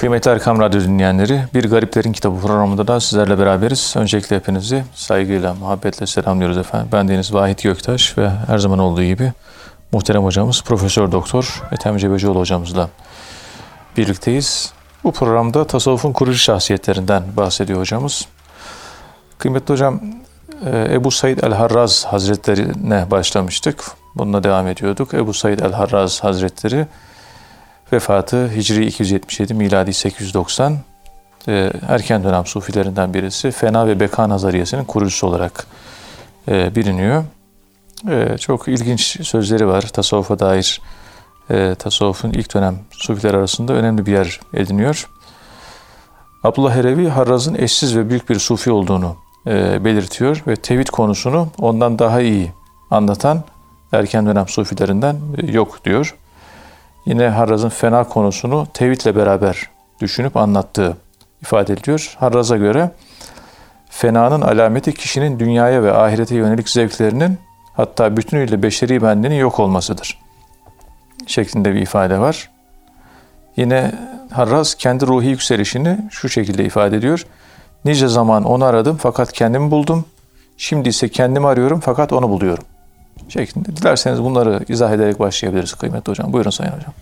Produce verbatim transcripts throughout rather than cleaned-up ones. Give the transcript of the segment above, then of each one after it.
Kıymetli Erkam Radyo dinleyenleri, Bir Gariplerin Kitabı programında da sizlerle beraberiz. Öncelikle hepinizi saygıyla, muhabbetle selamlıyoruz efendim. Ben Deniz Vahit Göktaş ve her zaman olduğu gibi muhterem hocamız Profesör Doktor Ethem Cebecioğlu hocamızla birlikteyiz. Bu programda tasavvufun kurucu şahsiyetlerinden bahsediyor hocamız. Kıymetli hocam, Ebu Said el-Harraz Hazretlerine başlamıştık. Bununla devam ediyorduk. Ebu Said el-Harraz Hazretleri vefatı Hicri iki yüz yetmiş yedi, miladi sekiz yüz doksan, erken dönem sufilerinden birisi. Fena ve Beka Nazariyesi'nin kurucusu olarak biliniyor. Çok ilginç sözleri var. Tasavvufa dair, tasavvufun ilk dönem sufiler arasında önemli bir yer ediniyor. Abdullah Herevi, Harraz'ın eşsiz ve büyük bir sufi olduğunu belirtiyor ve tevhid konusunu ondan daha iyi anlatan erken dönem sufilerinden yok diyor. Yine Harraz'ın fena konusunu tevhidle beraber düşünüp anlattığı ifade ediliyor. Harraz'a göre fenanın alameti kişinin dünyaya ve ahirete yönelik zevklerinin, hatta bütünüyle beşeri benliğinin yok olmasıdır şeklinde bir ifade var. Yine Harraz kendi ruhi yükselişini şu şekilde ifade ediyor. Nice zaman onu aradım fakat kendimi buldum. Şimdi ise kendimi arıyorum fakat onu buluyorum şeklinde. Dilerseniz bunları izah ederek başlayabiliriz kıymetli hocam. Buyurun sayın hocam.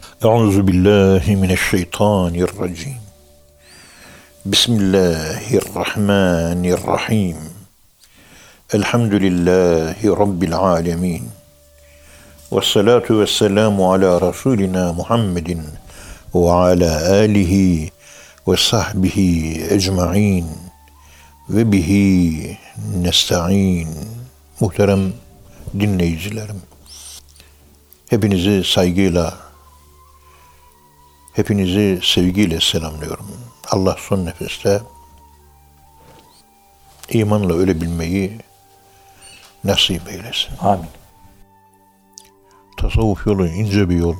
Euzubillahimineşşeytanirracim. Bismillahirrahmanirrahim. Elhamdülillahi Rabbil alemin. Vessalatu vesselamu ala Resulina Muhammedin ve ala alihi ve sahbihi ecma'in ve bihi nesta'in. Muhterem dinleyicilerim, hepinizi saygıyla, hepinizi sevgiyle selamlıyorum. Allah son nefeste imanla ölebilmeyi nasip eylesin. Amin. Tasavvuf yolu ince bir yol.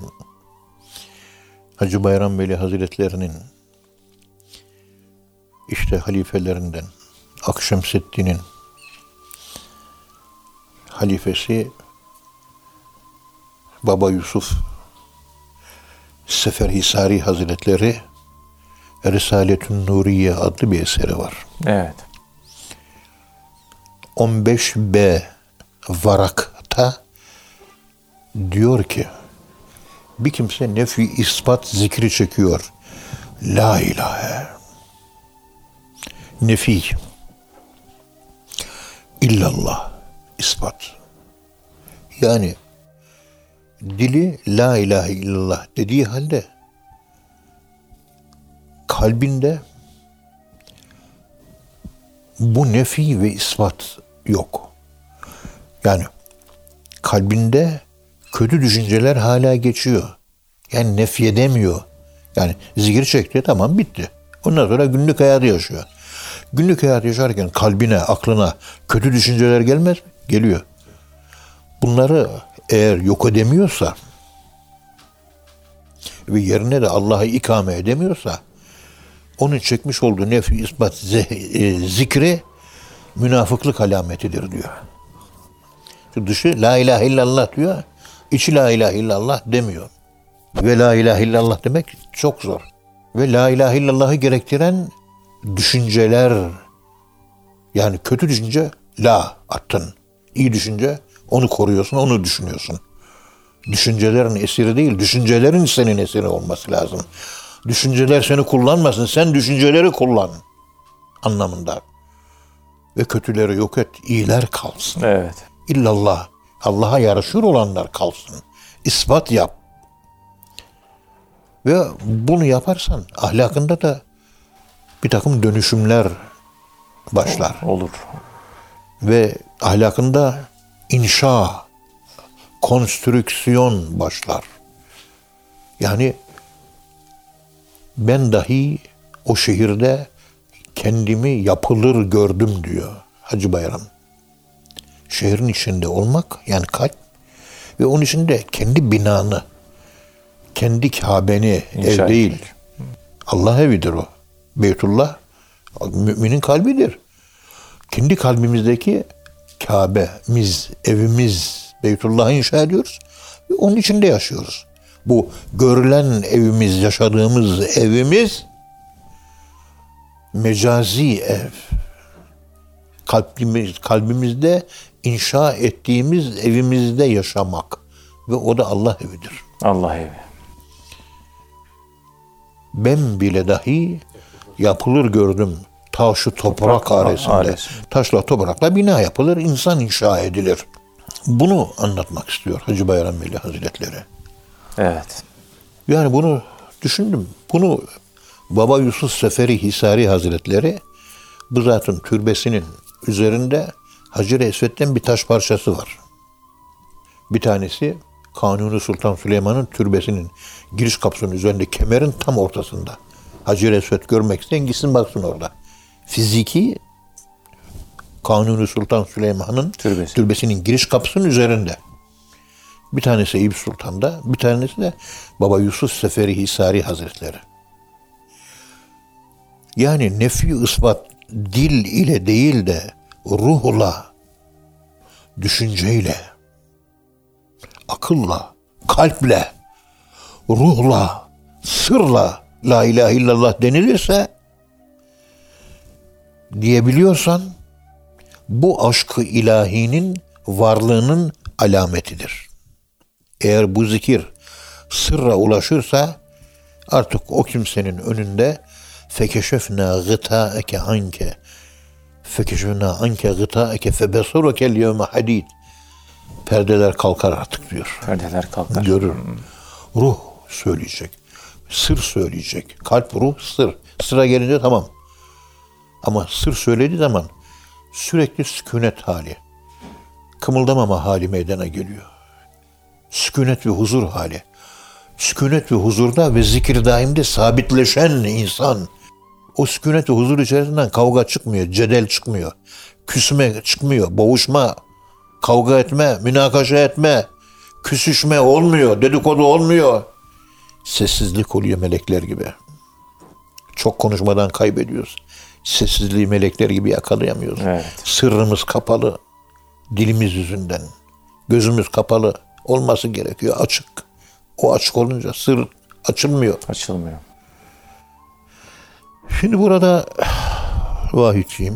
Hacı Bayram Veli Hazretlerinin işte halifelerinden Akşemseddin'in halifesi Baba Yusuf Seferhisari Hazretleri Risaletün Nuriye adlı bir eseri var. Evet. on beş B varakta diyor ki, bir kimse nefi ispat zikri çekiyor. La ilahe nefi illallah ispat. Yani dili la ilahe illallah dediği halde kalbinde bu nefi ve ispat yok. Yani kalbinde kötü düşünceler hala geçiyor. Yani nefyedemiyor. Yani zikir çekti, tamam, bitti. Ondan sonra günlük hayatı yaşıyor. Günlük hayatı yaşarken kalbine, aklına kötü düşünceler gelmez mi? Geliyor. Bunları eğer yok edemiyorsa ve yerine de Allah'ı ikame edemiyorsa, onun çekmiş olduğu nefi ispat zikri münafıklık alametidir diyor. Şu dışı la ilahe illallah diyor, içi la ilahe illallah demiyor. Ve la ilahe illallah demek çok zor. Ve la ilahe illallah'ı gerektiren düşünceler, yani kötü düşünce la attın. İyi düşünce onu koruyorsun, onu düşünüyorsun. Düşüncelerin esiri değil, düşüncelerin senin esiri olması lazım. Düşünceler seni kullanmasın, sen düşünceleri kullan anlamında. Ve kötüleri yok et, iyiler kalsın. Evet. İllallah, Allah'a yaraşır olanlar kalsın. İspat yap. Ve bunu yaparsan ahlakında da bir takım dönüşümler başlar. Olur. Ve ahlakında inşa, konstrüksiyon başlar. Yani ben dahi o şehirde kendimi yapılır gördüm diyor Hacı Bayram. Şehrin içinde olmak, yani kalp, ve onun içinde kendi binanı, kendi Kabe'ni, İnşa ev değil. etmek. Allah evidir o. Beytullah müminin kalbidir. Kendi kalbimizdeki Kabe'miz, evimiz, Beytullah'ı inşa ediyoruz ve onun içinde yaşıyoruz. Bu görülen evimiz, yaşadığımız evimiz mecazi ev. Kalbimiz, kalbimizde inşa ettiğimiz evimizde yaşamak. Ve o da Allah evidir. Allah evi. Ben bile dahi yapılır gördüm. Taşı toprak, toprak aresinde. Ares. Taşla toprakla bina yapılır, insan inşa edilir. Bunu anlatmak istiyor Hacı Bayram Veli Hazretleri. Evet. Yani bunu düşündüm. Bunu Baba Yusuf Seferi Hisari Hazretleri, bu zatın türbesinin üzerinde Hacer-i Esved'den bir taş parçası var. Bir tanesi Kanuni Sultan Süleyman'ın türbesinin giriş kapısının üzerinde, kemerin tam ortasında. Hacer-i Esved görmek isteyen gitsin baksın orada. Fiziki Kanuni Sultan Süleyman'ın Türbesi. türbesinin giriş kapısının üzerinde. Bir tanesi Eyüp Sultan'da, bir tanesi de Baba Yusuf Seferi Hisari Hazretleri. Yani nefi ispat dil ile değil de ruhla, düşünceyle, akılla, kalple, ruhla, sırla la ilahe illallah denilirse, diyebiliyorsan, bu aşkı ilahinin varlığının alametidir. Eğer bu zikir sırra ulaşırsa, artık o kimsenin önünde fekeşefna gıtaeke anke fekeşefna anke gıtaeke febesurukel yevme hadid, perdeler kalkar artık diyor. Perdeler kalkar. Görür. Ruh söyleyecek. Sır söyleyecek. Kalp, ruh, sır. Sıra gelince tamam. Ama sır söylediği zaman sürekli sükunet hali, kımıldamama hali meydana geliyor. Sükunet ve huzur hali. Sükunet ve huzurda ve zikir daimde sabitleşen insan, o sükunet ve huzur içerisinden kavga çıkmıyor, cedel çıkmıyor, küsme çıkmıyor, boğuşma, kavga etme, münakaşa etme, küsüşme olmuyor, dedikodu olmuyor. Sessizlik oluyor melekler gibi. Çok konuşmadan kaybediyoruz. Sessizliği melekler gibi yakalayamıyoruz. Evet. Sırrımız kapalı, dilimiz yüzünden. Gözümüz kapalı olması gerekiyor, açık. O açık olunca sır açılmıyor. Açılmıyor. Şimdi burada Vahitçiyim.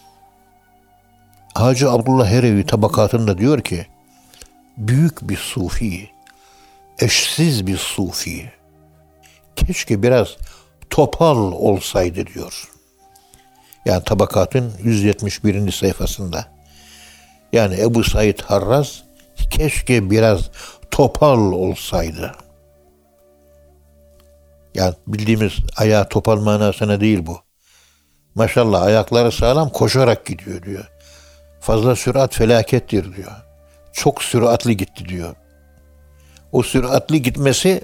Hacı Abdullah Herevi tabakatında diyor ki, büyük bir sufi, eşsiz bir sufi, keşke biraz topal olsaydı diyor. Yani tabakatın yüz yetmiş birinci sayfasında. Yani Ebu Said Harraz keşke biraz topal olsaydı. Yani bildiğimiz ayağı topal manasına değil bu. Maşallah ayakları sağlam, koşarak gidiyor diyor. Fazla sürat felakettir diyor. Çok süratli gitti diyor. O süratli gitmesi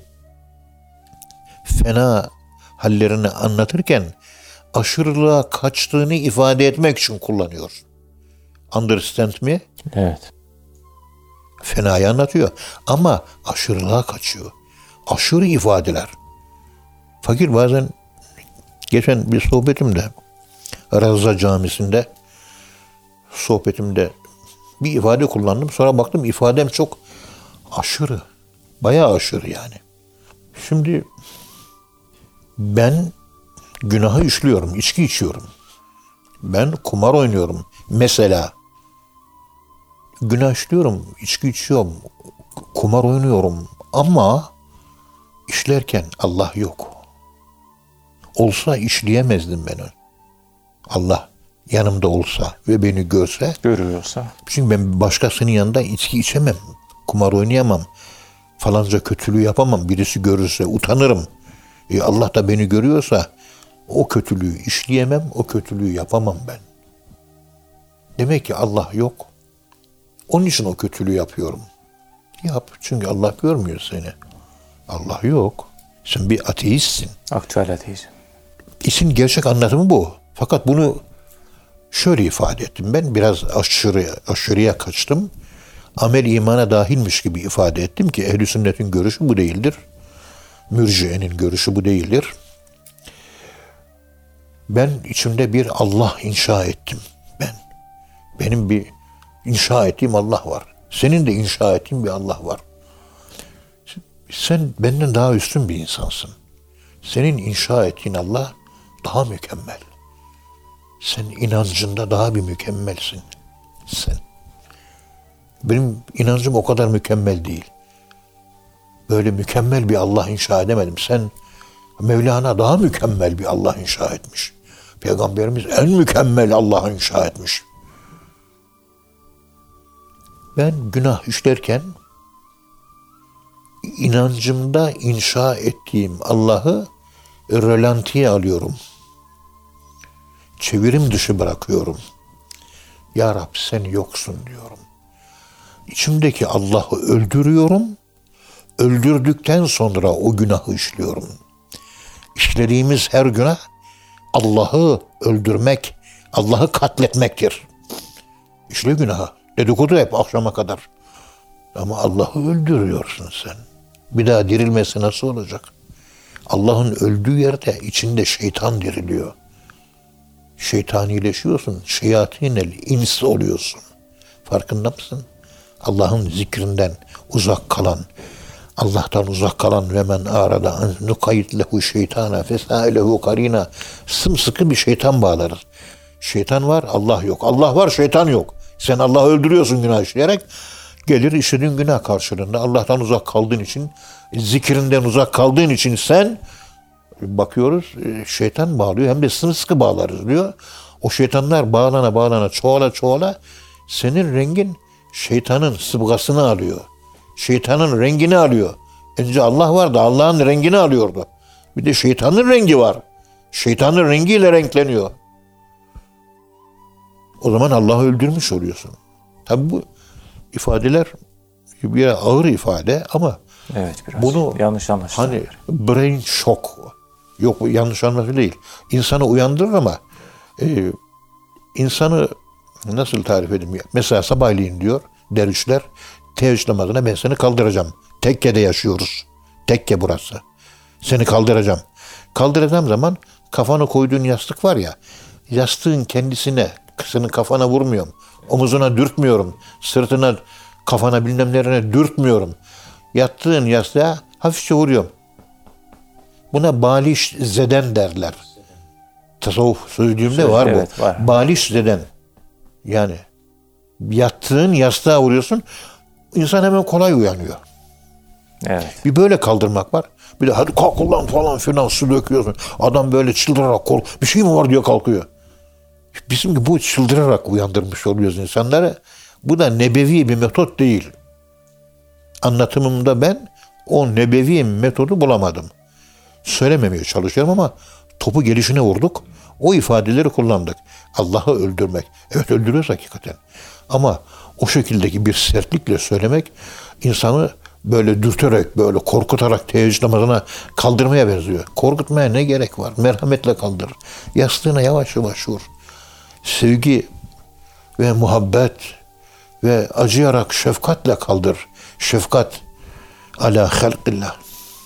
fena hallerini anlatırken aşırılığa kaçtığını ifade etmek için kullanıyor. Understand me? Evet. Fenayı anlatıyor. Ama aşırılığa kaçıyor. Aşırı ifadeler. Fakir bazen, geçen bir sohbetimde, Ravza Camisi'nde sohbetimde bir ifade kullandım. Sonra baktım ifadem çok aşırı. Bayağı aşırı yani. Şimdi ben günahı işliyorum, içki içiyorum. Ben kumar oynuyorum. Mesela günah işliyorum, içki içiyorum, kumar oynuyorum ama işlerken Allah yok. Olsa işleyemezdim ben onu. Allah yanımda olsa ve beni görse, görüyorsa. Çünkü ben başkasının yanında içki içemem, kumar oynayamam, falanca kötülüğü yapamam. Birisi görürse utanırım. E Allah da beni görüyorsa o kötülüğü işleyemem, o kötülüğü yapamam ben. Demek ki Allah yok. Onun için o kötülüğü yapıyorum. Yap. Çünkü Allah görmüyor seni. Allah yok. Sen bir ateistsin. Aktüel ateist. İşin gerçek anlatımı bu. Fakat bunu şöyle ifade ettim. Ben biraz aşırı, aşırıya kaçtım. Amel imana dahilmiş gibi ifade ettim ki ehl-i sünnetin görüşü bu değildir. Mürciyenin görüşü bu değildir. Ben içimde bir Allah inşa ettim. Ben. Benim bir inşa ettiğim Allah var. Senin de inşa ettiğin bir Allah var. Sen benden daha üstün bir insansın. Senin inşa ettiğin Allah daha mükemmel. Sen inancında daha bir mükemmelsin. Sen. Benim inancım o kadar mükemmel değil. Böyle mükemmel bir Allah inşa edemedim. Sen, Mevlana daha mükemmel bir Allah inşa etmiş. Peygamberimiz en mükemmel Allah'ı inşa etmiş. Ben günah işlerken inancımda inşa ettiğim Allah'ı rölantiye alıyorum. Çevirim dışı bırakıyorum. Ya Rab sen yoksun diyorum. İçimdeki Allah'ı öldürüyorum. Öldürdükten sonra o günahı işliyorum. İşlediğimiz her günah Allah'ı öldürmek, Allah'ı katletmektir. İşle günahı. Dedikodu hep akşama kadar. Ama Allah'ı öldürüyorsun sen. Bir daha dirilmesi nasıl olacak? Allah'ın öldüğü yerde içinde şeytan diriliyor. Şeytanileşiyorsun. Şeyatinel ins oluyorsun. Farkında mısın? Allah'ın zikrinden uzak kalan, Allah'tan uzak kalan ve men arada an nukayit lehu şeytana fesailehu karina, sımsıkı bir şeytan bağlarız. Şeytan var, Allah yok. Allah var, şeytan yok. Sen Allah'ı öldürüyorsun günah işleyerek. Gelir işlediğin günah karşılığında Allah'tan uzak kaldığın için, zikrinden uzak kaldığın için sen, bakıyoruz şeytan bağlıyor, hem de sımsıkı bağlarız diyor. O şeytanlar bağlana bağlana çoğala çoğala senin rengin şeytanın sıbgasını alıyor. Şeytanın rengini alıyor. Önce Allah vardı, Allah'ın rengini alıyordu. Bir de şeytanın rengi var. Şeytanın rengiyle renkleniyor. O zaman Allah'ı öldürmüş oluyorsun. Tabi bu ifadeler bir ağır ifade ama evet, biraz bunu yanlış anlaşılıyor. Hani brain shock, yok yanlış anlaşılma değil. İnsanı uyandırır ama e, insanı nasıl tarif edeyim? Mesela sabahleyin diyor dervişler, teheccüd namazına ben seni kaldıracağım. Tekke'de yaşıyoruz. Tekke burası. Seni kaldıracağım. Kaldıracağım zaman kafana koyduğun yastık var ya, yastığın kendisine, senin kafana vurmuyorum. Omuzuna dürtmüyorum. Sırtına, kafana bilmem nerene dürtmüyorum. Yattığın yastığa hafifçe vuruyorum. Buna baliş zeden derler. Tasavvuf sözlüğümde var bu. Evet, var. Baliş zeden. Yani yattığın yastığa vuruyorsun. İnsan hemen kolay uyanıyor. Evet. Bir böyle kaldırmak var. Bir de hadi kalk ulan falan filan su döküyorsun. Adam böyle çıldırarak kork. Bir şey mi var diyor kalkıyor. Bizim bu çıldırarak uyandırmış oluyoruz insanları. Bu da nebevi bir metot değil. Anlatımımda ben o nebevi metodu bulamadım. Söylememeye çalışıyorum ama topu gelişine vurduk. O ifadeleri kullandık. Allah'ı öldürmek. Evet, öldürüyoruz hakikaten. Ama o şekildeki bir sertlikle söylemek insanı böyle dürterek, böyle korkutarak teheccüd namazına kaldırmaya benziyor. Korkutmaya ne gerek var? Merhametle kaldır. Yastığına yavaş yavaş vur. Sevgi ve muhabbet ve acıyarak şefkatle kaldır. Şefkat ala halqillah.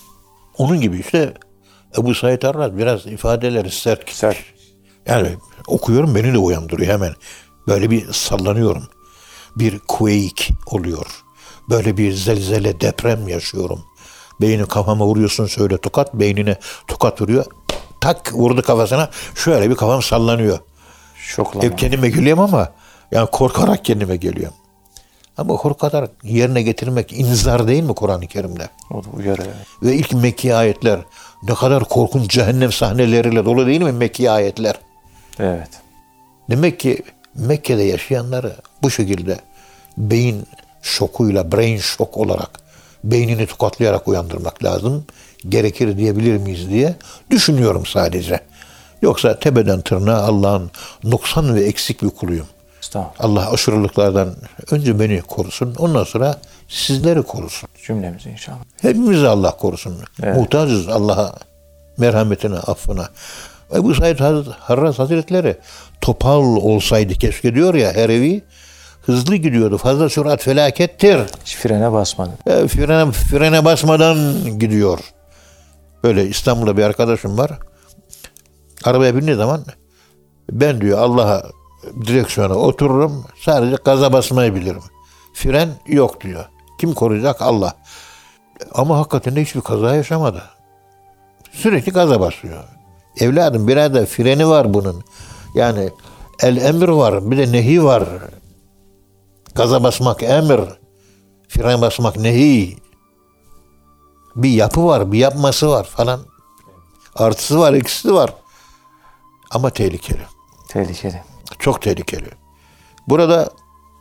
Onun gibi işte Ebu Said Arraz biraz ifadeleri sert. Sert. Yani okuyorum, beni de uyandırıyor hemen. Böyle bir sallanıyorum. Bir quake oluyor. Böyle bir zelzele, deprem yaşıyorum. Beyni kafama vuruyorsun şöyle tokat, beynine tokat vuruyor. Tak vurdu kafasına, şöyle bir kafam sallanıyor. Şoklama. Hep kendime gülüyorum ama yani korkarak kendime geliyorum. Ama korkarak yerine getirmek inzar değil mi Kur'an-ı Kerim'de? O da uyarı. Evet. Ve ilk Mekki ayetler ne kadar korkunç cehennem sahneleriyle dolu değil mi Mekki ayetler? Evet. Demek ki Mekke'de yaşayanları bu şekilde beyin şokuyla, brain şok olarak beynini tokatlayarak uyandırmak lazım. Gerekir diyebilir miyiz diye düşünüyorum sadece. Yoksa tepeden tırnağa Allah'ın noksan ve eksik bir kuluyum. Allah aşırılıklardan önce beni korusun, ondan sonra sizleri korusun. Cümlemizi inşallah. Hepimizi Allah korusun. Evet. Muhtacız Allah'a, merhametine, affına. Ebu Said Harras Hazretleri topal olsaydı keşke diyor ya, her evi hızlı gidiyordu. Fazla sürat felakettir. Hiç frene basmadı. E, frene, frene basmadan gidiyor. Böyle İstanbul'da bir arkadaşım var. Arabaya bindiği zaman ben diyor Allah'a direksiyona otururum. Sadece gaza basmayı bilirim. Fren yok diyor. Kim koruyacak? Allah. Ama hakikaten de hiçbir kaza yaşamadı. Sürekli gaza basıyor. Evladım birader freni var bunun. Yani el emir var, bir de nehi var. Gaza basmak emir, fren basmak nehi. Bir yapı var, bir yapması var falan. Artısı var, eksisi var. Ama tehlikeli. Tehlikeli. Çok tehlikeli. Burada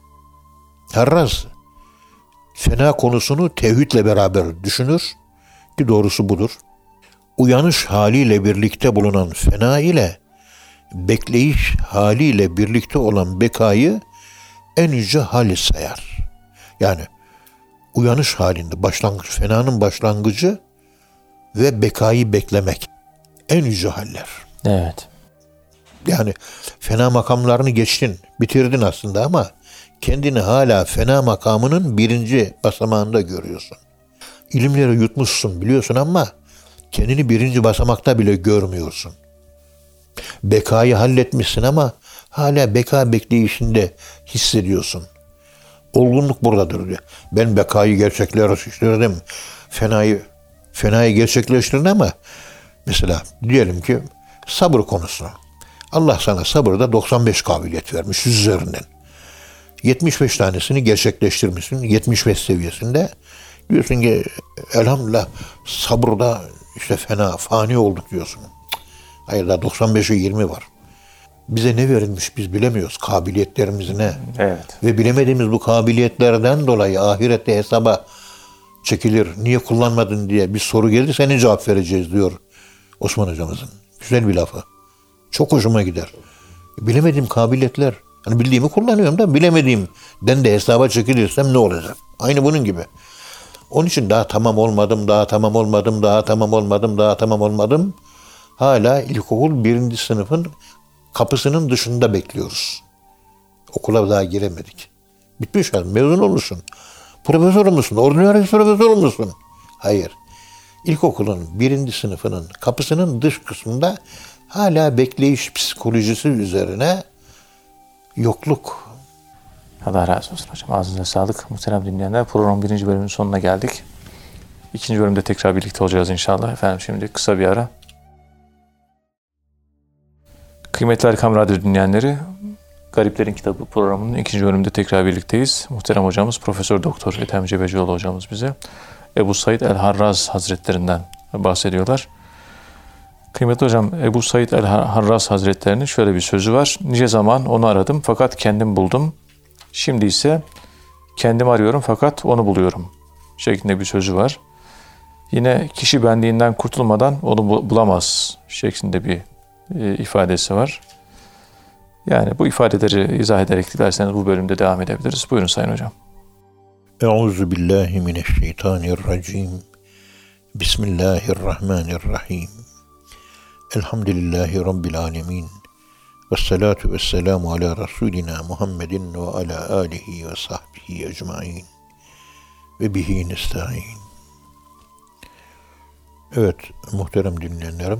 Harraz fena konusunu tevhidle beraber düşünür ki doğrusu budur. Uyanış haliyle birlikte bulunan fena ile bekleyiş haliyle birlikte olan bekayı en yüce hal sayar. Yani uyanış halinde başlangıç, fenanın başlangıcı ve bekayı beklemek en yüce haller. Evet. Yani fena makamlarını geçtin, bitirdin aslında ama kendini hala fena makamının birinci basamağında görüyorsun. İlimleri yutmuşsun biliyorsun ama kendini birinci basamakta bile görmüyorsun. Bekayı halletmişsin ama hala beka bekleyişinde hissediyorsun. Olgunluk buradadır diyor. Ben bekayı gerçekleştirdim. Fenayı, fenayı gerçekleştirdim ama mesela diyelim ki sabır konusu. Allah sana sabırda doksan beş kabiliyet vermiş yüz üzerinden. yetmiş beş tanesini gerçekleştirmişsin. yetmiş beş seviyesinde. Diyorsun ki elhamdülillah sabırda işte fena, fani olduk diyorsun. Hayır daha doksan beşe yirmi var. Bize ne verilmiş biz bilemiyoruz. Kabiliyetlerimiz ne? Evet. Ve bilemediğimiz bu kabiliyetlerden dolayı ahirette hesaba çekilir. Niye kullanmadın diye bir soru gelir senin cevap vereceğiz diyor Osman hocamızın. Güzel bir lafı. Çok hoşuma gider. Bilemediğim kabiliyetler. Hani bildiğimi kullanıyorum da bilemediğimden de hesaba çekilirsem ne olacak? Aynı bunun gibi. Onun için daha tamam olmadım, daha tamam olmadım, daha tamam olmadım, daha tamam olmadım. Hala ilkokul birinci sınıfın kapısının dışında bekliyoruz. Okula daha giremedik. Bitmiş yani mezun olursun. Profesör musun? Ordinary profesör musun? Hayır. İlkokulun birinci sınıfının kapısının dış kısmında hala bekleyiş psikolojisi üzerine yokluk. Allah razı olsun hocam. Ağzınıza sağlık. Muhterem dinleyenler, programın birinci bölümünün sonuna geldik. İkinci bölümde tekrar birlikte olacağız inşallah. Efendim şimdi kısa bir ara. Kıymetli Erkam Radyo dinleyenleri, Gariplerin Kitabı programının ikinci bölümünde tekrar birlikteyiz. Muhterem hocamız Profesör Doktor Ethem Cebecioğlu hocamız bize Ebu Said el-Harraz Hazretlerinden bahsediyorlar. Kıymetli hocam, Ebu Said el-Harraz Hazretlerinin şöyle bir sözü var. Nice zaman onu aradım fakat kendim buldum. Şimdi ise kendim arıyorum fakat onu buluyorum şeklinde bir sözü var. Yine kişi benliğinden kurtulmadan onu bulamaz şeklinde bir e, ifadesi var. Yani bu ifadeleri izah ederek dilerseniz bu bölümde devam edebiliriz. Buyurun Sayın Hocam. Euzu billahi mineşşeytanirracim. Bismillahirrahmanirrahim. Elhamdülillahi Rabbil alemin. Vessalatu vesselamu ala Resulina Muhammedin ve ala alihi ve sahbihi ecmain. Ve bihi nesta'in. Evet, muhterem dinleyenlerim.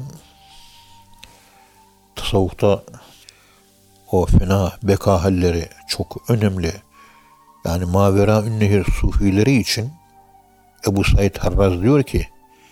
Tasavvufta o fena beka halleri çok önemli. Yani Mavera-ün Nehir sufileri için Ebu Said Harraz diyor ki,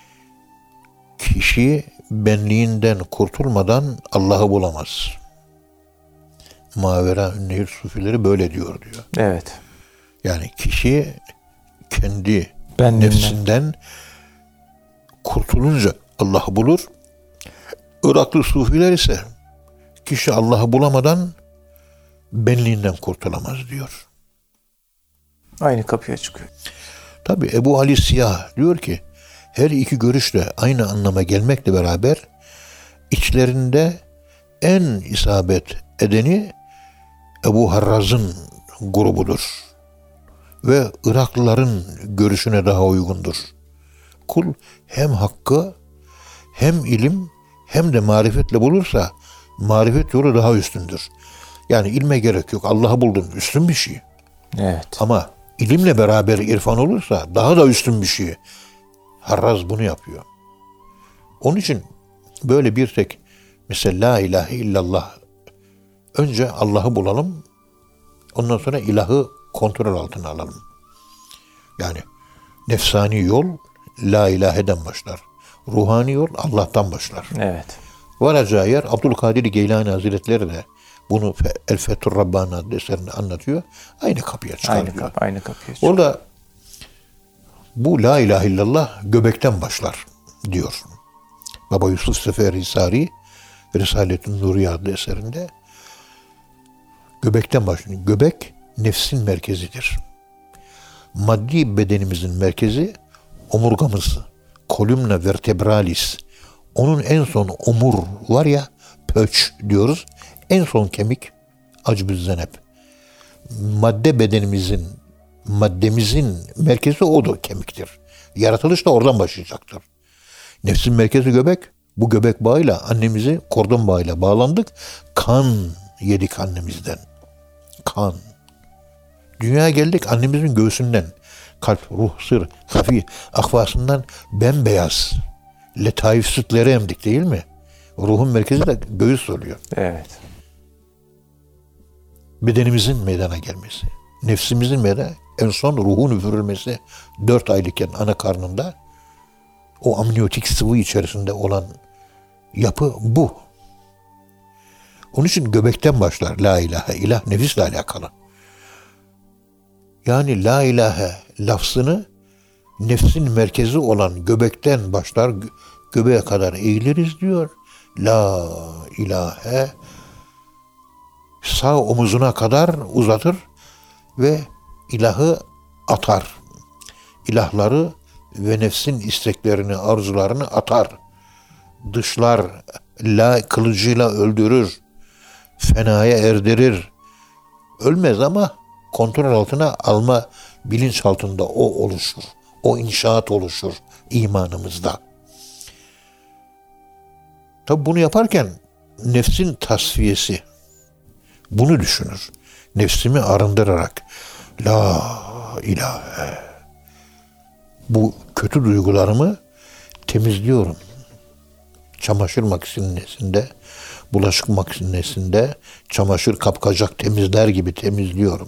kişi benliğinden kurtulmadan Allah'ı bulamaz. Mavera-ün Nehir sufileri böyle diyor diyor. Evet. Yani kişi kendi Benliğinden. nefsinden kurtulunca Allah'ı bulur. Iraklı sufiler ise kişi Allah'ı bulamadan benliğinden kurtulamaz diyor. Aynı kapıya çıkıyor. Tabi Ebu Ali Siyah diyor ki her iki görüş de aynı anlama gelmekle beraber içlerinde en isabet edeni Ebu Harraz'ın grubudur. Ve Iraklıların görüşüne daha uygundur. Kul hem hakkı hem ilim hem de marifetle bulursa marifet yolu daha üstündür. Yani ilme gerek yok. Allah'ı buldun. Üstün bir şey. Evet. Ama ilimle beraber irfan olursa daha da üstün bir şey. Harraz bunu yapıyor. Onun için böyle bir tek mesela la ilahe illallah, önce Allah'ı bulalım, ondan sonra ilahı kontrol altına alalım. Yani nefsani yol la ilaheden başlar. Ruhani yol Allah'tan başlar. Evet. Varacağı yer Abdülkadir Geylani Hazretleri de bunu El Fethur Rabbani adlı eserinde anlatıyor. Aynı kapıya çıkar Aynı diyor. kapı, aynı kapıya çıkar. Orada bu la ilahe illallah göbekten başlar diyor. Baba Yusuf Seferihisari Risalet-i Nuriye adlı eserinde göbekten başlıyor. Göbek nefsin merkezidir. Maddi bedenimizin merkezi omurgamız. Columna vertebralis. Onun en son omur var ya, pöç diyoruz. En son kemik acbüz zenep. Madde bedenimizin, maddemizin merkezi odur, kemiktir. Yaratılış da oradan başlayacaktır. Nefsin merkezi göbek. Bu göbek bağıyla annemizi kordon bağıyla bağlandık. Kan yedik annemizden. Kan. Dünyaya geldik annemizin göğsünden. Kalp, ruh, sır, hafi, akvasından bembeyaz letaif sütleri emdik değil mi? Ruhun merkezi de göğüs oluyor. Evet. Bedenimizin meydana gelmesi, nefsimizin meydana, en son ruhun üfürülmesi dört aylıkken ana karnında o amniyotik sıvı içerisinde olan yapı bu. Onun için göbekten başlar la ilahe, ilah nefisle alakalı. Yani la ilahe lafzını nefsin merkezi olan göbekten başlar, gö- göbeğe kadar eğiliriz diyor. La ilahe sağ omuzuna kadar uzatır ve ilahı atar. İlahları ve nefsin isteklerini, arzularını atar. Dışlar, la kılıcıyla öldürür. Fenaya erdirir. Ölmez ama kontrol altına alma bilinç altında o oluşur. O inşaat oluşur imanımızda. Tabi bunu yaparken nefsin tasfiyesi, bunu düşünür. Nefsimi arındırarak la ilahe, bu kötü duygularımı temizliyorum. Çamaşır makinesinde, bulaşık makinesinde çamaşır kapkacak temizler gibi temizliyorum.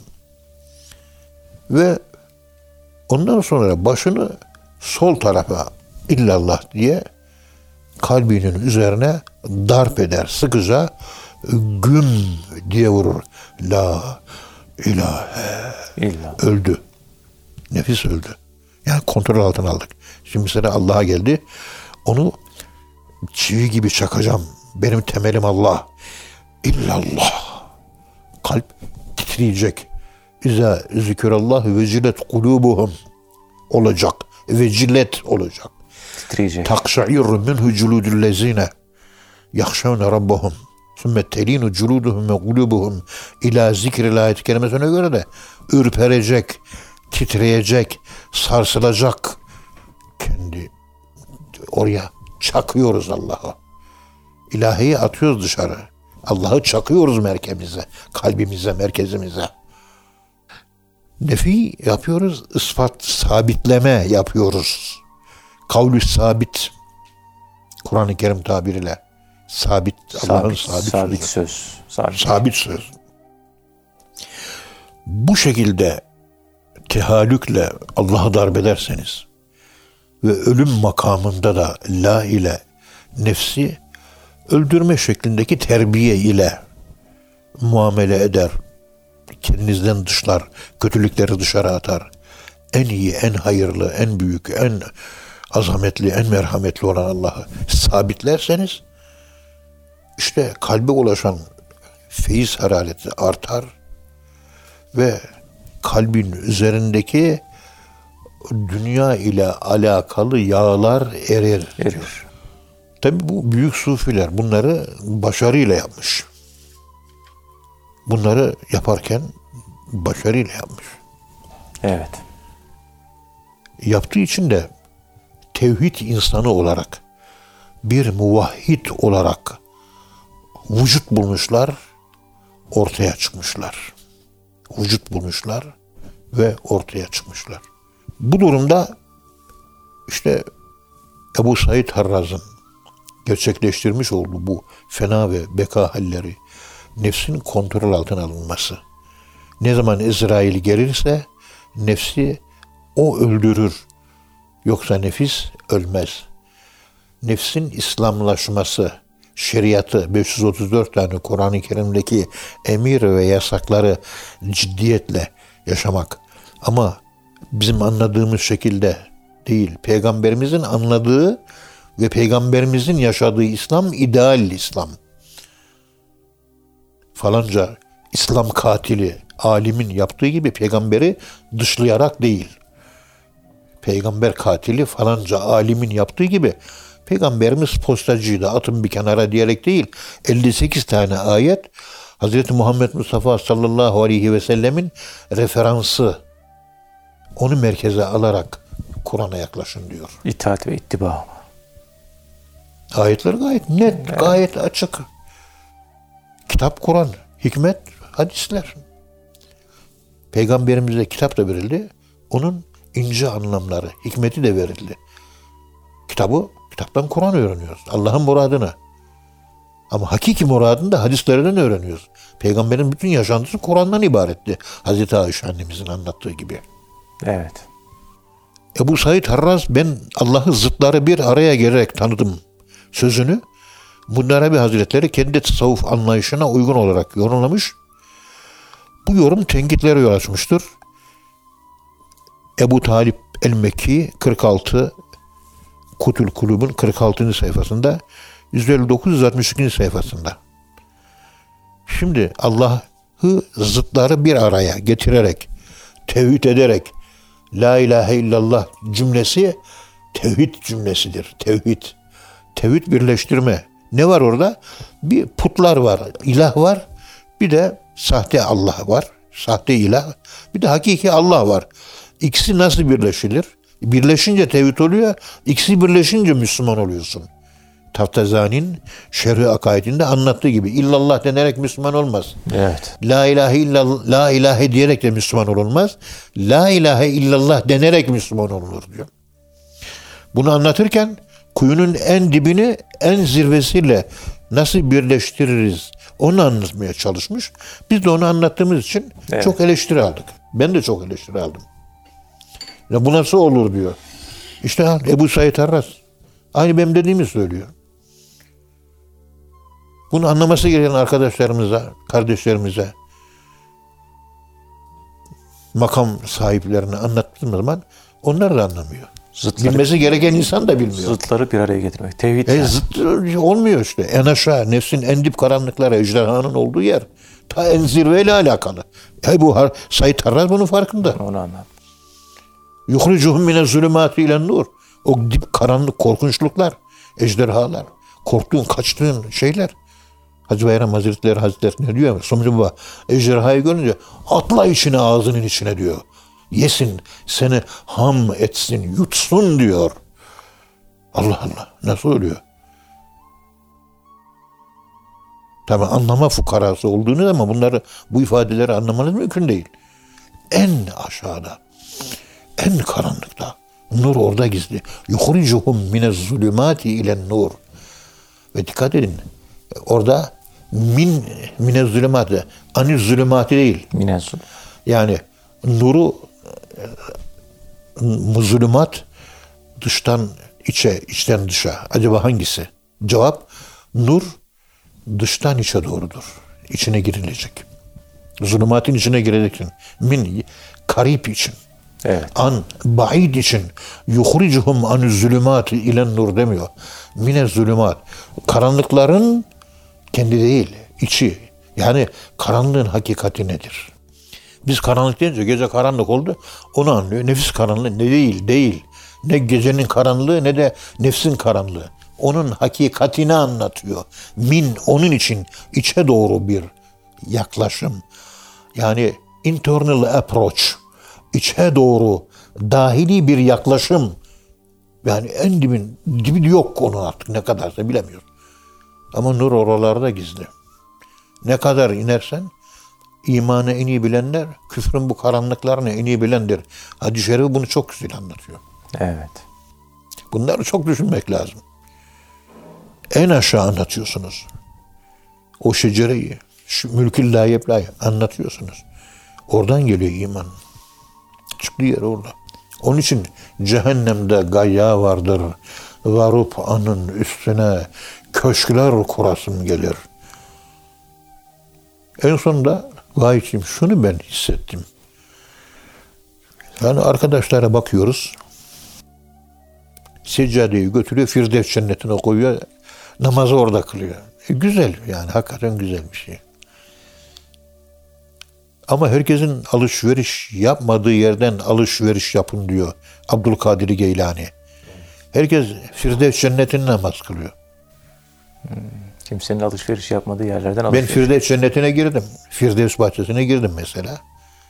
Ve ondan sonra başını sol tarafa illallah diye kalbinin üzerine darp eder. Sıkıca güm diye vurur. La ilahe. İlla. Öldü. Nefis öldü. Yani kontrol altına aldık. Şimdi mesela Allah'a geldi. Onu çivi gibi çakacağım. Benim temelim Allah. İllallah. Kalp titreyecek. İza zikrullah vecilet kulubuhum olacak. Vecilet olacak. Titreyecek. Takşa'irru minhu culudullezine yahşavne rabbahum sümme telinu culuduhum ve kulubuhum ila zikril ayet kelimesine göre de ürperecek, titreyecek, sarsılacak. Kendi oraya çakıyoruz Allah'ı. İlahiyi atıyoruz dışarı. Allah'ı çakıyoruz merkezimize, kalbimize, merkezimize. Nefi yapıyoruz, ispat, sabitleme yapıyoruz. Kavlü sabit. Kur'an-ı Kerim tabiriyle sabit, Allah'ın Sabit, sabit, sabit sözü. söz. Sabit. Sabit söz. Bu şekilde tehallükle Allah'ı darp ederseniz ve ölüm makamında da la ile nefsi öldürme şeklindeki terbiye ile muamele eder. Kendinizden dışlar, kötülükleri dışarı atar. En iyi, en hayırlı, en büyük, en azametli, en merhametli olan Allah'ı sabitlerseniz işte kalbe ulaşan feyiz harareti artar ve kalbin üzerindeki dünya ile alakalı yağlar erir. Erir. Tabi bu büyük sufiler bunları başarıyla yapmış. Bunları yaparken başarıyla yapmış. Evet. Yaptığı için de tevhid insanı olarak, bir muvahhid olarak vücut bulmuşlar, ortaya çıkmışlar. Vücut bulmuşlar ve ortaya çıkmışlar. Bu durumda işte Ebu Said Harraz'ın gerçekleştirmiş olduğu bu fena ve beka halleri, nefsin kontrol altına alınması. Ne zaman İsrail gelirse nefsi o öldürür. Yoksa nefis ölmez. Nefsin İslamlaşması, şeriatı, beş yüz otuz dört tane Kur'an-ı Kerim'deki emir ve yasakları ciddiyetle yaşamak. Ama bizim anladığımız şekilde değil. Peygamberimizin anladığı ve Peygamberimizin yaşadığı İslam ideal İslam. Falanca İslam katili, alimin yaptığı gibi peygamberi dışlayarak değil. Peygamber katili falanca alimin yaptığı gibi Peygamberimiz postacıydı, atın bir kenara diyerek değil. elli sekiz tane ayet Hazreti Muhammed Mustafa sallallahu aleyhi ve sellemin referansı. Onu merkeze alarak Kur'an'a yaklaşın diyor. İtaat ve ittiba. Ayetler gayet net, evet. Gayet açık. Kitap Kur'an, hikmet, hadisler. Peygamberimize kitap da verildi. Onun ince anlamları, hikmeti de verildi. Kitabı, kitaptan Kur'an öğreniyoruz. Allah'ın muradını. Ama hakiki muradını da hadislerden öğreniyoruz. Peygamberin bütün yaşantısı Kur'an'dan ibaretti. Hazreti Ayşe annemizin anlattığı gibi. Evet. Ebu Said Harraz, ben Allah'ı zıtları bir araya gelerek tanıdım sözünü Munnarabi Hazretleri kendi tasavvuf anlayışına uygun olarak yorumlamış. Bu yorum tenkitlere yol açmıştır. Ebu Talip el-Mekki kırk altı Kutül Kulub'un kırk altıncı sayfasında, yüz elli dokuz yüz altmış ikinci sayfasında. Şimdi Allah'ı zıtları bir araya getirerek, tevhid ederek, La ilahe illallah cümlesi tevhid cümlesidir. Tevhid. Tevhid birleştirme. Ne var orada? Bir putlar var, ilah var. Bir de sahte Allah var. Sahte ilah. Bir de hakiki Allah var. İkisi nasıl birleşilir? Birleşince tevhid oluyor. İkisi birleşince Müslüman oluyorsun. Taftazani'nin Şerh-i Akaidinde anlattığı gibi illallah denerek Müslüman olmaz. Evet. La ilahe illallah, la ilahe diyerek de Müslüman olunmaz. La ilahe illallah denerek Müslüman olunur diyor. Bunu anlatırken kuyunun en dibini en zirvesiyle nasıl birleştiririz onu anlatmaya çalışmış. Biz de onu anlattığımız için evet. çok eleştiri aldık. Ben de çok eleştiri aldım. Ya bu nasıl olur diyor. İşte Ebu Said Harraz aynı benim dediğimi söylüyor. Bunu anlaması gereken arkadaşlarımıza, kardeşlerimize, makam sahiplerine anlattığım zaman onlar da anlamıyor. Zıtları, bilmesi gereken insan da bilmiyor. Zıtları bir araya getirmek. Tevhid. E, yani. Zıt olmuyor işte. En aşağı, nefsin en dip karanlıkları, ejderhanın olduğu yer. Ta en zirveyle alakalı. Ebu Said Harraz bunun farkında. Onu anladım. Yuhricuhum mine zulümati ilen nur. O dip karanlık korkunçluklar, ejderhalar, korktuğun, kaçtığın şeyler. Hacı Bayram Hazretleri Hazretleri ne diyor? Sonuçta baba ejderhayı görünce atla içine, ağzının içine diyor. Yesin, seni ham etsin, yutsun diyor. Allah Allah, nasıl oluyor? Tabi anlama fukarası olduğunu ama bunları, bu ifadeleri anlamanız mümkün değil. En aşağıda, en karanlıkta. Nur orada gizli. Yuhricuhum mine zulümati ilen nur. Ve dikkat edin. Orada min mine zulümati, ani zulümati değil. Mine zulüm. Yani nuru, zulümat dıştan içe, içten dışa. Acaba hangisi? Cevap, nur dıştan içe doğrudur. İçine girilecek. Zulümatın içine gireceksin. Min, karip için. Evet. An, ba'id için. Yuhricuhum an zulümati ilen nur demiyor. Mine zulümat. Karanlıkların kendi değil, içi. Yani karanlığın hakikati nedir? Biz karanlık deyince gece karanlık oldu, onu anlıyor. Nefis karanlığı ne değil, değil. Ne gecenin karanlığı ne de nefsin karanlığı. Onun hakikatini anlatıyor. Min, onun için içe doğru bir yaklaşım. Yani internal approach. İçe doğru dahili bir yaklaşım. Yani en dibin, dibi yok onun artık ne kadarsa bilemiyoruz. Ama nur oralarda gizli. Ne kadar inersen imanı en iyi bilenler, küfrün bu karanlıklarını en iyi bilendir. Hadis-i Şerif bunu çok güzel anlatıyor. Evet. Bunları çok düşünmek lazım. En aşağı anlatıyorsunuz. O şecereyi, şu mülkül la yebla'yı anlatıyorsunuz. Oradan geliyor iman. Çıktığı yer orada. Onun için cehennemde gayya vardır. Varıp anın üstüne köşkler kurasım gelir. En sonunda gayetçiyim. Şunu ben hissettim. Yani arkadaşlara bakıyoruz. Seccadeyi götürüyor, Firdevs cennetine koyuyor. Namazı orada kılıyor. E, güzel yani. Hakikaten güzel bir şey. Ama herkesin alışveriş yapmadığı yerden alışveriş yapın diyor Abdülkadir Geylani. Herkes Firdevs cennetine namaz kılıyor. Hmm. Kimsenin alışveriş yapmadığı yerlerden alışveriş. Ben Firdevs cennetine girdim. Firdevs bahçesine girdim mesela.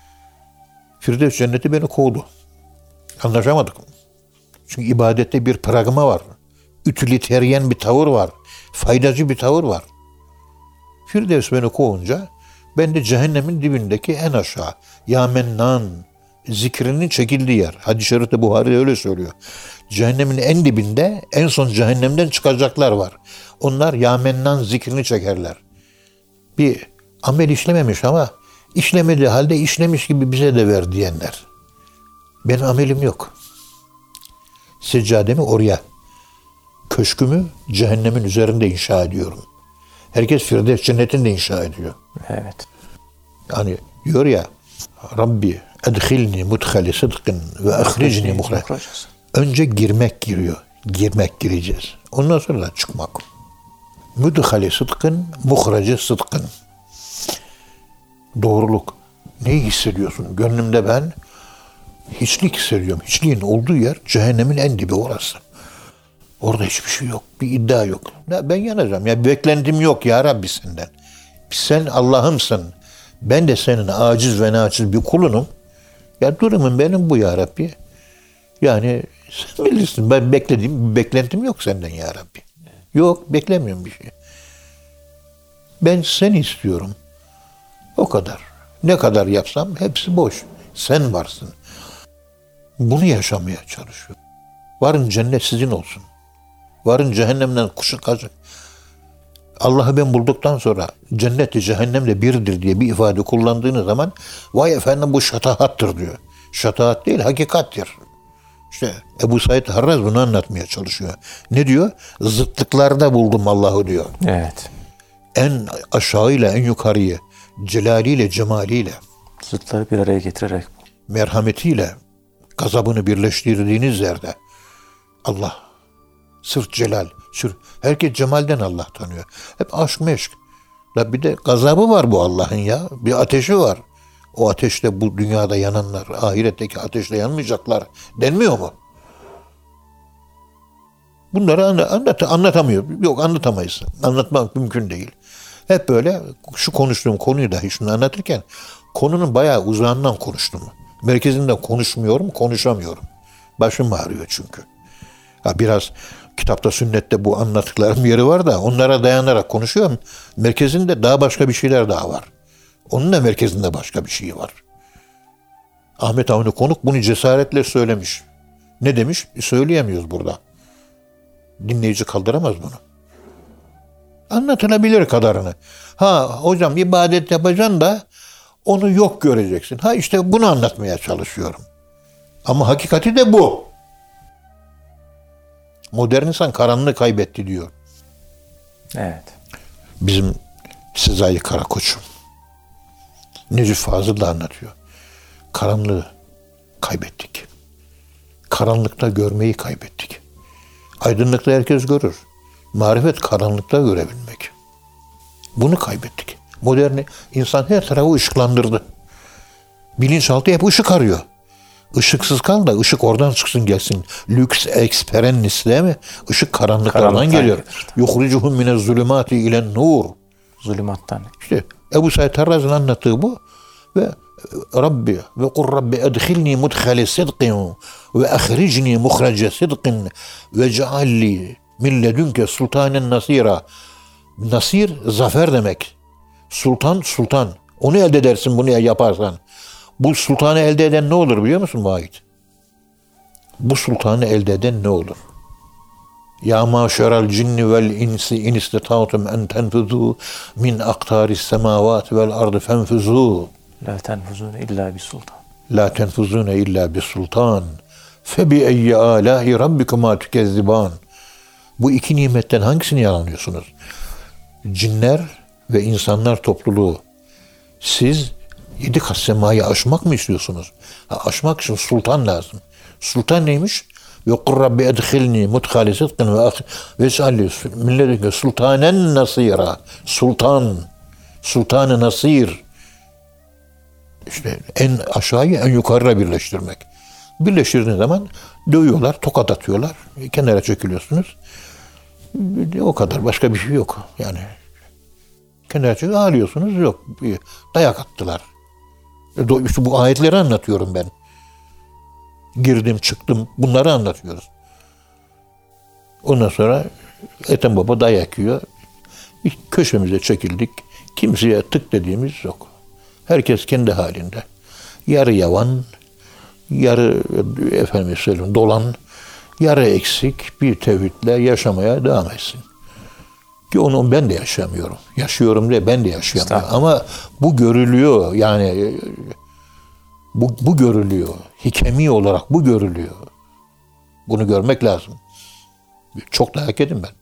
Firdevs cenneti beni kovdu. Anlaşamadık. Çünkü ibadette bir pragma var. Ütüliteryen bir tavır var. Faydacı bir tavır var. Firdevs beni kovunca ben de cehennemin dibindeki en aşağı ya mennan zikrinin çekildiği yer. Hadis-i şerifte Buhari öyle söylüyor. Cehennemin en dibinde en son cehennemden çıkacaklar var. Onlar ya mennan zikrini çekerler. Bir amel işlememiş ama işlemediği halde işlemiş gibi bize de ver diyenler. Benim amelim yok. Seccademi oraya, köşkümü cehennemin üzerinde inşa ediyorum. Herkes Firdevs cennetinde inşa ediyor. Evet. Yani diyor ya Rabbi edhilni mudhale sıdkın ve ahricni muhre. Önce girmek giriyor. Girmek gireceğiz. Ondan sonra çıkmak. Mudhale sıdkın, muhrece sıdkın. Doğruluk. Neyi hissediyorsun? Gönlümde ben hiçlik hissediyorum. Hiçliğin olduğu yer cehennemin en dibi orası. Orada hiçbir şey yok. Bir iddia yok. Ben yanacağım. Ya beklentim yok ya Rabbi senden. Sen Allah'ımsın. Ben de senin aciz ve naçiz bir kulunum. Ya durumum benim bu ya Rabbi. Yani sen bilirsin. Ben beklediğim bir beklentim yok senden ya Rabbi. Yok, beklemiyorum bir şey. Ben seni istiyorum. O kadar. Ne kadar yapsam hepsi boş. Sen varsın. Bunu yaşamaya çalışıyorum. Varın cennet sizin olsun. Varın cehennemden kuşu kaçın. Allah'ı ben bulduktan sonra cennet-i cehennemle birdir diye bir ifade kullandığınız zaman vay efendim bu şatahattır diyor. Şatahat değil, hakikattir. İşte Ebu Said Harraz bunu anlatmaya çalışıyor. Ne diyor? Zıtlıklarda buldum Allah'ı diyor. Evet. En aşağıyla en yukarıyı, celaliyle, cemaliyle, zıtları bir araya getirerek, merhametiyle, gazabını birleştirdiğiniz yerde Allah, sırf celal, sırf herkes cemalden Allah tanıyor. Hep aşk meşk. La bir de gazabı var bu Allah'ın ya. Bir ateşi var. O ateşte bu dünyada yananlar, ahiretteki ateşle yanmayacaklar denmiyor mu? Bunları anlat, anlatamıyor. Yok anlatamayız. Anlatmak mümkün değil. Hep böyle şu konuştuğum konuyu dahi şunu anlatırken konunun bayağı uzağından konuştum. Merkezinden konuşmuyorum, konuşamıyorum. Başım ağrıyor çünkü. Ha biraz kitapta, sünnette bu anlattıklarım yeri var da onlara dayanarak konuşuyorum. Merkezinde daha başka bir şeyler daha var. Onun da merkezinde başka bir şey var. Ahmet Avni Konuk bunu cesaretle söylemiş. Ne demiş? Söyleyemiyoruz burada. Dinleyici kaldıramaz bunu. Anlatılabilir kadarını. Ha hocam ibadet yapacaksın da onu yok göreceksin. Ha işte bunu anlatmaya çalışıyorum. Ama hakikati de bu. Modern insan karanlığı kaybetti diyor. Evet. Bizim Sezai Karakoç, Necip Fazıl da anlatıyor. Karanlığı kaybettik. Karanlıkta görmeyi kaybettik. Aydınlıkta herkes görür. Marifet karanlıkta görebilmek. Bunu kaybettik. Modern insan her tarafı ışıklandırdı. Bilinçaltı hep ışık arıyor. Işıksız kal da ışık oradan çıksın gelsin. Lüks eksperennis değil mi? Işık karanlıklardan Karanlıktan geliyor. Yuhricuhum mine zulümati ilen nur. Zulümattan. İşte Ebu Said Harraz'ın anlattığı bu. Ve Rabbi ve kur Rabbi edhilni mudhale sidqin ve ahricni muhrece sidqin ve cealli min ledünke sultanen nasira. Nasir zafer demek. Sultan sultan. Onu elde edersin bunu yaparsan. Bu sultanı elde eden ne olur biliyor musun Vahit? Bu sultanı elde eden ne olur? Ya maşeral cinni vel insi in istata'tum en tenfuzu min aktaris semavati vel ardı fenfuzu. La tenfuzune illa bir sultan. La tenfuzune illa bir sultan. Febi eyyi âlâhi rabbikuma tükezziban. Bu iki nimetten hangisini yalanlıyorsunuz? Cinler ve insanlar topluluğu. Siz yedi kat semayı aşmak mı istiyorsunuz? Ha, aşmak için sultan lazım. Sultan neymiş? Yokur Rabbi edhilni mudhali sıdkın ve vesalli milletike sultanen nasira. Sultan. Sultan-ı nasir. İşte en aşağıyı en yukarıya birleştirmek. Birleştirdiğiniz zaman dövüyorlar, tokat atıyorlar. Kenara çekiliyorsunuz. O kadar. Başka bir şey yok. Yani kenara çekip ağlıyorsunuz. Yok. Dayak attılar. İşte bu ayetleri anlatıyorum ben. Girdim, çıktım. Bunları anlatıyoruz. Ondan sonra Ethem Baba dayak yiyor. Bir köşemize çekildik. Kimseye tık dediğimiz yok. Herkes kendi halinde. Yarı yavan, yarı efendim söyleyeyim dolan, yarı eksik bir tevhidle yaşamaya devam etsin. Ki onu ben de yaşamıyorum. Yaşıyorum diye ben de yaşayamıyorum. Ama bu görülüyor. Yani bu, bu görülüyor. Hikemi olarak bu görülüyor. Bunu görmek lazım. Çok dayak yedim ben.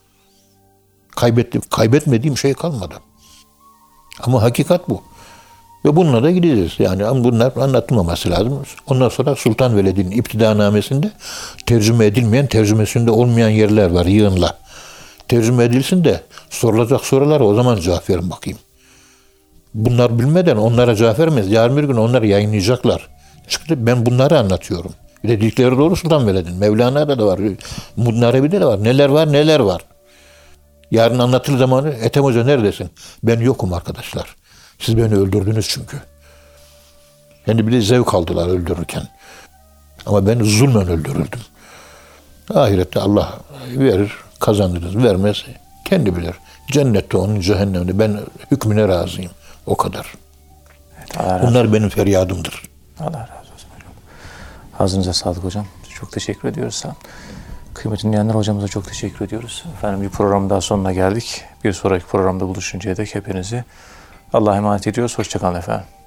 Kaybettim. Kaybetmediğim şey kalmadı. Ama hakikat bu. Ve bununla da gideceğiz. Yani bunlar anlatılmaması lazım. Ondan sonra Sultan Veledi'nin iptidanamesinde tercüme edilmeyen, tercümesinde olmayan yerler var yığınla. Tercüme edilsin de sorulacak sorulara o zaman cevap verin bakayım. Bunlar bilmeden onlara cevap vermez. Yarın bir gün onları yayınlayacaklar. Çıktı ben bunları anlatıyorum. Bir de dedikleri doğru Sultan Veledi'nin. Mevlana'da da var. Munarebi'de de var. Neler var neler var. Yarın anlatılır zamanı Ethem Hoca neredesin? Ben yokum arkadaşlar. Siz beni öldürdünüz çünkü. Yani bir de zevk aldılar öldürürken. Ama ben zulmen öldürüldüm. Ahirette Allah verir, kazandırır, vermez. Kendi bilir. Cennette onun, cehennemde. Ben hükmüne razıyım. O kadar. Evet, bunlar benim feryadımdır. Allah razı olsun hocam. Ağzınıza sağlık hocam. Çok teşekkür ediyoruz. Kıymetli dinleyenler, hocamıza çok teşekkür ediyoruz. Efendim bir program daha sonuna geldik. Bir sonraki programda buluşuncaya dek hepinizi Allah'a emanet ediyoruz. Hoşça kalın efendim.